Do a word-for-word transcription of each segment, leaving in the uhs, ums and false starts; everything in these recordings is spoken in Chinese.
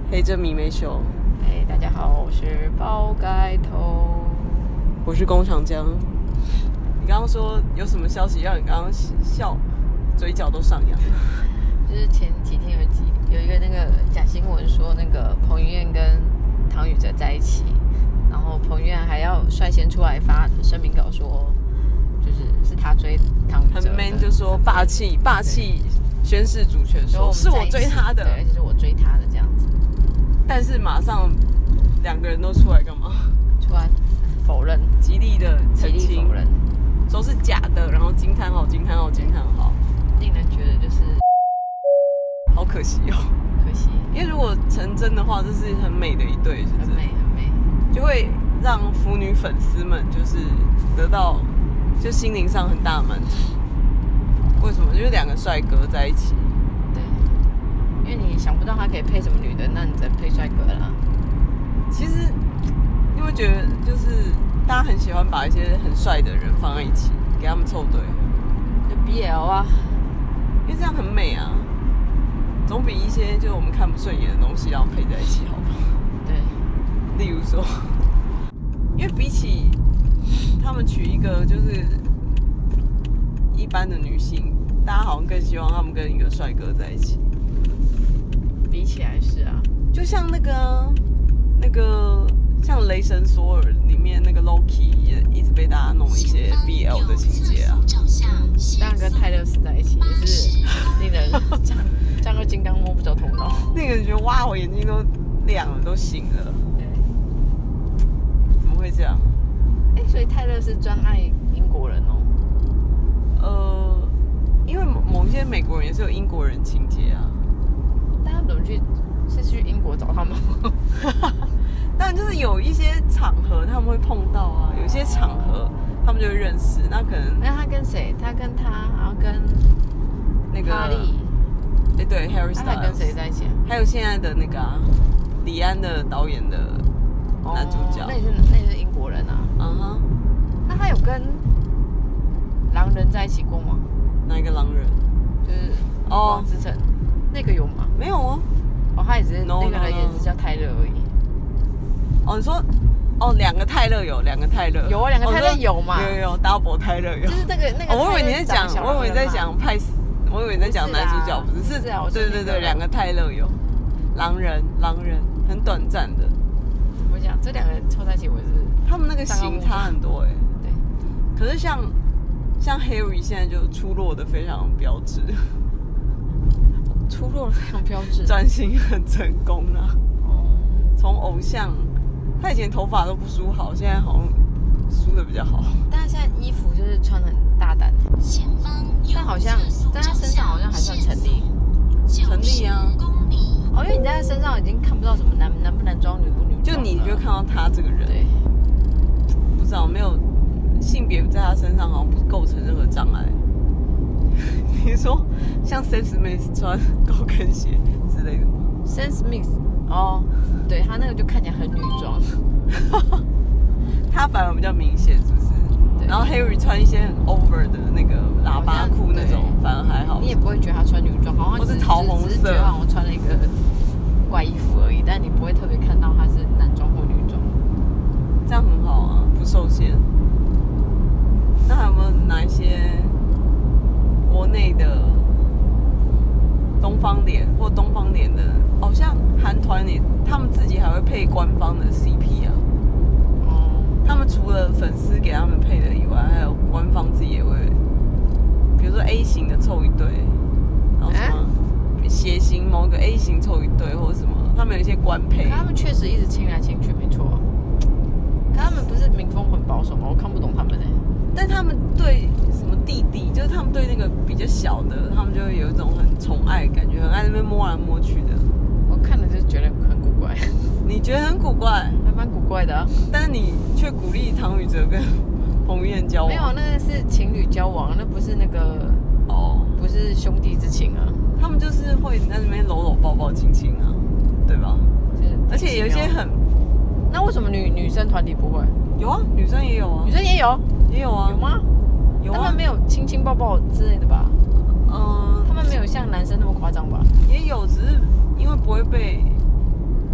黑着迷妹秀。 哎，大家好，我是包盖头， 我是工厂江。你刚刚说有什么消息让你刚刚笑，嘴角都上扬？ 就是前几天有几有一个那个假新闻说，那个彭于晏跟唐禹哲在一起，然后彭于晏还要率先出来发声明稿说，就是是他追唐禹哲， 很 man 就说霸气霸气宣示主权，说是我追他的， 对，而且是我追他的这样子。 但是马上两个人都出来干嘛？ 出来否认， 极力的澄极力清否认， 说是假的，然后惊叹号惊叹号惊叹号， 令人觉得就是好可惜哦。 可惜， 因为如果成真的话，这是很美的一对，是不是？ 很美很美， 就会让腐女粉丝们就是得到就心灵上很大的满足。为什么？就是两个帅哥在一起。 对，因为你想不到他可以配什么女的，那你只能配帅哥了。 其实你会觉得，就是大家很喜欢把一些很帅的人放在一起，给他们凑对， 就 B L 啊， 因为这样很美啊，总比一些就是我们看不顺眼的东西然后配在一起好吧？ 对， 例如说，因为比起他们娶一个就是一般的女性，大家好像更希望他们跟一个帅哥在一起。 比起来是啊， 就像那个、啊、那个像《雷神索尔》里面那个 Loki 也一直被大家弄一些 B L 的情节啊。 嗯，当然跟泰勒斯在一起也是令人丈丈二金刚摸不着头脑。 那个人觉得哇，我眼睛都亮了，都醒了。 对， 怎么会这样？ 哎、欸，所以泰勒是专爱英国人哦。 呃，因为某些美国人也是有英国人情节啊。 但他们怎么去？是去英国找他们吗？ 但就是有一些场合他们会碰到啊，有一些场合他们就会认识。那可能那他跟谁？他跟他，然后跟那个哈利。 哎、欸，对 ，Harry Styles。 他还跟谁在一起啊？ 还有现在的那个啊，李安的导演的男主角。 哦、那也是那也是英国人啊。 嗯哼、uh-huh。 那他有跟狼人在一起过吗？ 哪一个狼人？ 就是哦， 光之城那个有吗？ 没有哦。 哦，他也是 no, 那个人 no, no. 也是叫泰勒而已。 哦，你说，哦，两个泰勒有，两个泰勒有啊，两个泰勒有嘛？ 有有有 ，double 泰勒有。 就是那个那个、 哦。我以为你在讲，我以为你在讲派斯，我以为你在讲男主角，不是？ 是啊， 对对对，两个泰勒有。狼人，狼人，很短暂的。 我讲这两个人凑在一起，我是他们那个型差很多哎、欸。 对。 可是像像 Harry 现在就出落的非常标致。 出落非常标致， 转型很成功啊！ 哦， 从偶像，他以前头发都不梳好，现在好像梳的比较好。 但他现在衣服就是穿很大胆，但好像在他身上好像还算成立， 成立啊！ 哦，因为你在他身上已经看不到什么男男不男装、女不女装， 就你就看到他这个人， 对， 不知道没有性别在他身上好像不构成任何障碍。你说像 Sam Smith 穿高跟鞋之类的吗 ？Sam Smith 哦，对他那个就看起来很女装， 他反而比较明显，是不是？然后 Harry 穿一些很 over 的那个喇叭裤那种，反而还好。 你也不会觉得他穿女装，好像或是桃红色， 只是觉得好像穿了一个怪衣服而已，但你不会特别看到他是男装或女装。 这样很好啊，不受限。那还有没有哪一些？国内的东方脸或东方脸的，好像韩团也，他们自己还会配官方的 C P 啊。 哦、 嗯。他们除了粉丝给他们配的以外，还有官方自己也会，比如说 A 型的凑一对，然后什么血型某个 A 型凑一对，或者什么，他们有一些官配。 可他们确实一直亲来亲去，没错。可他们不是民风很保守吗？我看不懂他们哎、欸。 但他们对什么弟弟，就是他们对那个比较小的，他们就会有一种很宠爱的感觉，很爱那边摸来摸去的。 我看了就觉得很古怪。 你觉得很古怪？ 还蛮古怪的啊。 但是你却鼓励唐禹哲跟彭于晏交往。 没有，那个是情侣交往，那不是那个哦，不是兄弟之情啊。 他们就是会在那边搂搂抱抱亲亲啊，对吧？而且有一些很…… 那为什么女女生团体不会？ 有啊，女生也有啊。 女生也有。 也有啊？ 有吗？ 有啊。 他们没有亲亲抱抱之类的吧？ 嗯， 他们没有像男生那么夸张吧？ 也有，只是因为不会被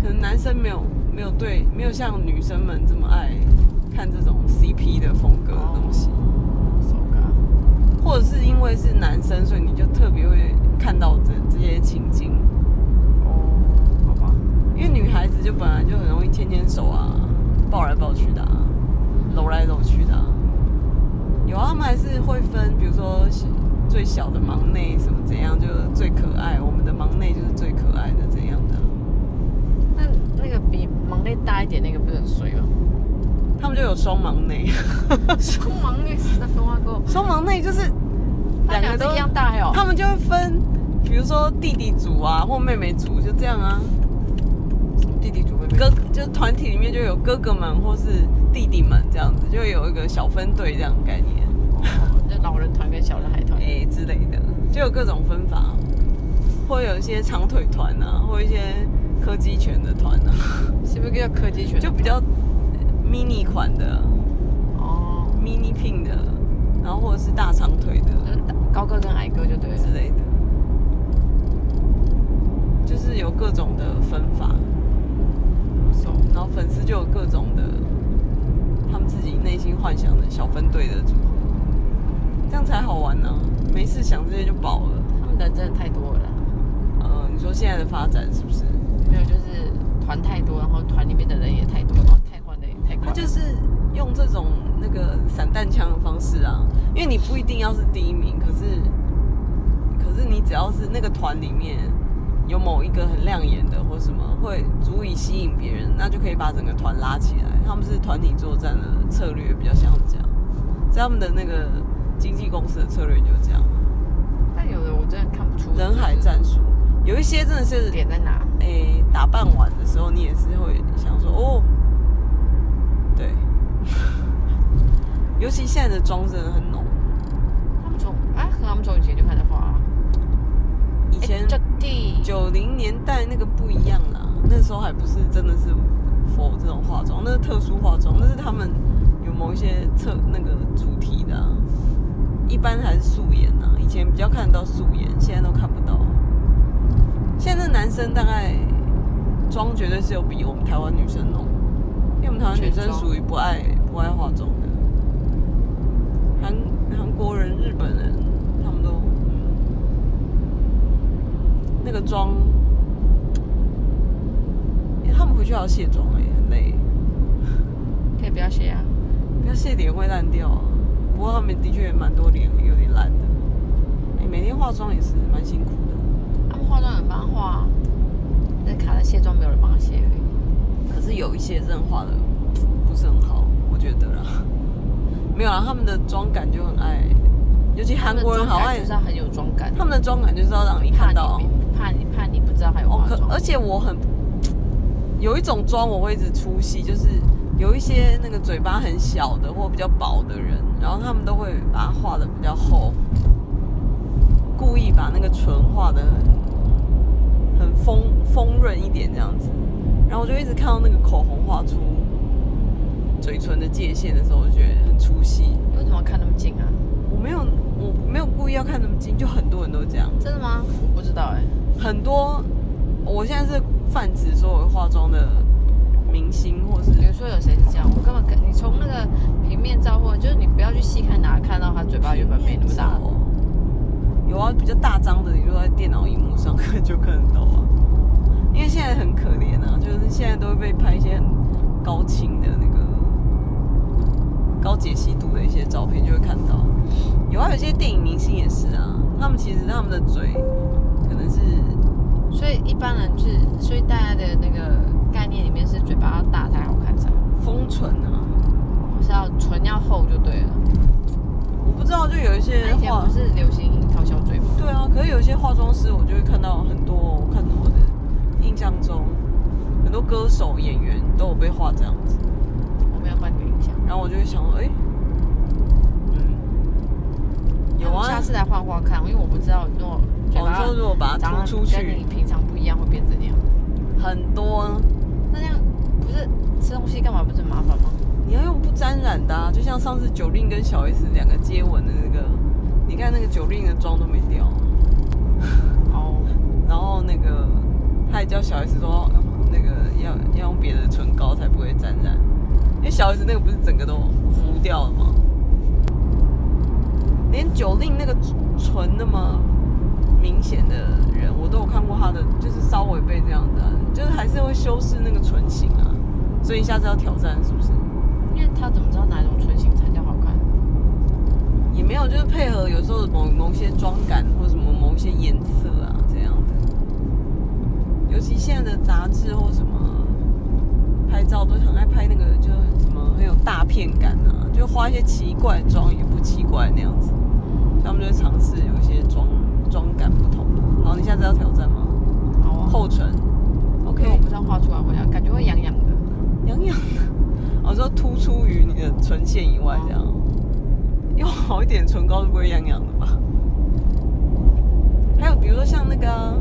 可能男生没有没有对没有像女生们这么爱看这种 C P 的风格的东西，或者是因为是男生，所以你就特别会看到这这些情景。 哦，好吧。 因为女孩子就本来就很容易牵牵手啊，抱来抱去的啊，搂来搂去的啊。有啊，他们还是会分，比如说最小的忙内什么怎样，就是最可爱。我们的忙内就是最可爱的怎样的。 那那个比忙内大一点那个不是很衰吗？ 他们就有双忙内。 双忙内是在分化过。 双忙内就是两个都一样大哦。 他们就会分，比如说弟弟组啊或妹妹组，就这样啊。 弟弟组妹妹哥就是团体里面就有哥哥们或是弟弟们这样子，就有一个小分队这样的概念。 哦，就老人团跟小人海团哎、欸、之类的，就有各种分法，或有一些长腿团啊，或一些柯基犬的团啊。 是不是叫柯基犬？ 就比较 mini 款的哦 ，mini pin 的，然后或者是大长腿的， 高个跟矮个就对了之类的，就是有各种的分法。然后粉丝就有各种的，他们自己内心幻想的小分队的组合，这样才好玩呢、啊。没事想这些就饱了。 他们人真的太多了。 呃，你说现在的发展是不是？ 没有，就是团太多，然后团里面的人也太多，然后太换的也太快。 他就是用这种那个散弹枪的方式啊，因为你不一定要是第一名，可是可是你只要是那个团里面有某一个很亮眼的或什么会足以吸引别人，那就可以把整个团拉起来。他们是团体作战的策略，比较像这样。在他们的那个经纪公司的策略就是这样。 但有的我真的看不出人海战术，有一些真的是点在哪？ 哎、欸，打扮完的时候，你也是会想说，哦，对。尤其现在的妆真的很浓。 他们从啊，可能他们从以前就开始画了。 以前九零年代那个不一样啦，那时候还不是真的是 for 这种化妆，那是特殊化妆，那是他们有某一些特那个主题的、啊，一般还是素颜啊。以前比较看得到素颜，现在都看不到。现在男生大概妆绝对是有比我们台湾女生浓，因为我们台湾女生属于不爱不爱化妆的，韩韩国人、日本人他们都。那个妆，他们回去还要卸妆哎，很累。 可以不要卸啊， 不要卸脸会烂掉啊。不过他们的确蛮多脸有点烂的。哎、欸，每天化妆也是蛮辛苦的。 他们化妆有人帮他化、啊，但卡在卸妆没有人帮他卸而已。 可是有一些真的画的不是很好，我觉得啦。没有啦，他们的妆感就很爱，尤其韩国人好爱， 就是要很有妆感。 他们的妆感就是要让你看到。 怕你怕你不知道还有化妆、 哦，而且我很有一种妆我会一直出戏，就是有一些那个嘴巴很小的或比较薄的人，然后他们都会把它画的比较厚，故意把那个唇画的很很丰丰润一点这样子，然后我就一直看到那个口红画出嘴唇的界限的时候，我就觉得很出戏。 你为什么要看那么近啊？ 我没有，我没有故意要看那么近，就很多人都这样。 真的吗？我不知道哎、欸。 很多，我现在是泛指所有化妆的明星，或是比如说有谁是这样，我根本你从那个平面照或就是你不要去细看哪看到他嘴巴原本没那么大。 有啊，比较大张的，你就在电脑荧幕上看就看得到啊。因为现在很可怜啊，就是现在都会被拍一些很高清的那个高解析度的一些照片，就会看到。有啊，有些电影明星也是啊，他们其实他们的嘴可能是， 所以一般人是，所以大家的那个概念里面是嘴巴要大才好看噻。 丰唇啊， 是要唇要厚就对了。 我不知道，就有一些以前不是流行樱桃小嘴吗？ 对啊，可是有一些化妆师，我就会看到很多，我看到我的印象中，很多歌手、演员都有被画这样子。 我没有半个印象。 然后我就会想说，哎、欸，嗯，有啊。 下次来画画看，因为我不知道如果嘴巴说如果把它突出去， 跟你平常不一样会变怎样？ 很多。 那这样不是吃东西干嘛不是很麻烦吗？ 你要用不沾染的、啊，就像上次九令跟小 S 两个接吻的那个，你看那个九令的妆都没掉。 哦。 然后那个他也叫小 S 说，那个要用别的唇膏才不会沾染。因为小 S 那个不是整个都糊掉了吗？连九令那个唇那么明显的人，我都有看过他的，就是稍微被这样子、啊，就是还是会修饰那个唇型啊。所以你下次要挑战是不是？ 因为他怎么知道哪种唇型才叫好看？ 也没有，就是配合有时候某某些妆感或什么某一些颜色啊这样的。尤其现在的杂志或什么拍照都很爱拍那个，就是什么很有大片感啊，就画一些奇怪的妆也不奇怪那样子。他们就会尝试有一些妆妆感不同。好，你下次要挑战吗？ 好啊。 厚唇 ，OK。 因为我不知道画出来会感觉会痒痒的。 痒痒的，我说突出于你的唇线以外，这样、哦、用好一点唇膏就不会痒痒的吧？还有比如说像那个、啊、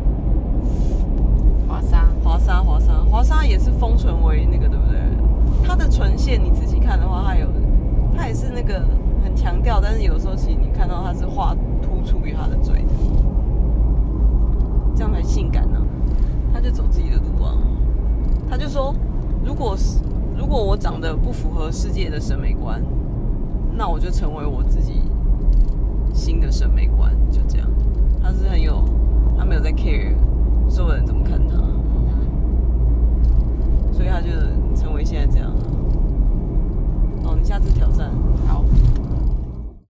华莎， 华莎，华莎，华莎也是丰唇为那个，对不对？它的唇线你仔细看的话，它有，它也是那个很强调，但是有时候其实你看到它是画突出于它的嘴的，这样才性感呢、啊。他就走自己的路啊，他就说。如果是如果我长得不符合世界的审美观，那我就成为我自己新的审美观，就这样。他是很有，他没有在 care 所有人怎么看他，所以他就成为现在这样。好，你下次挑战。 好。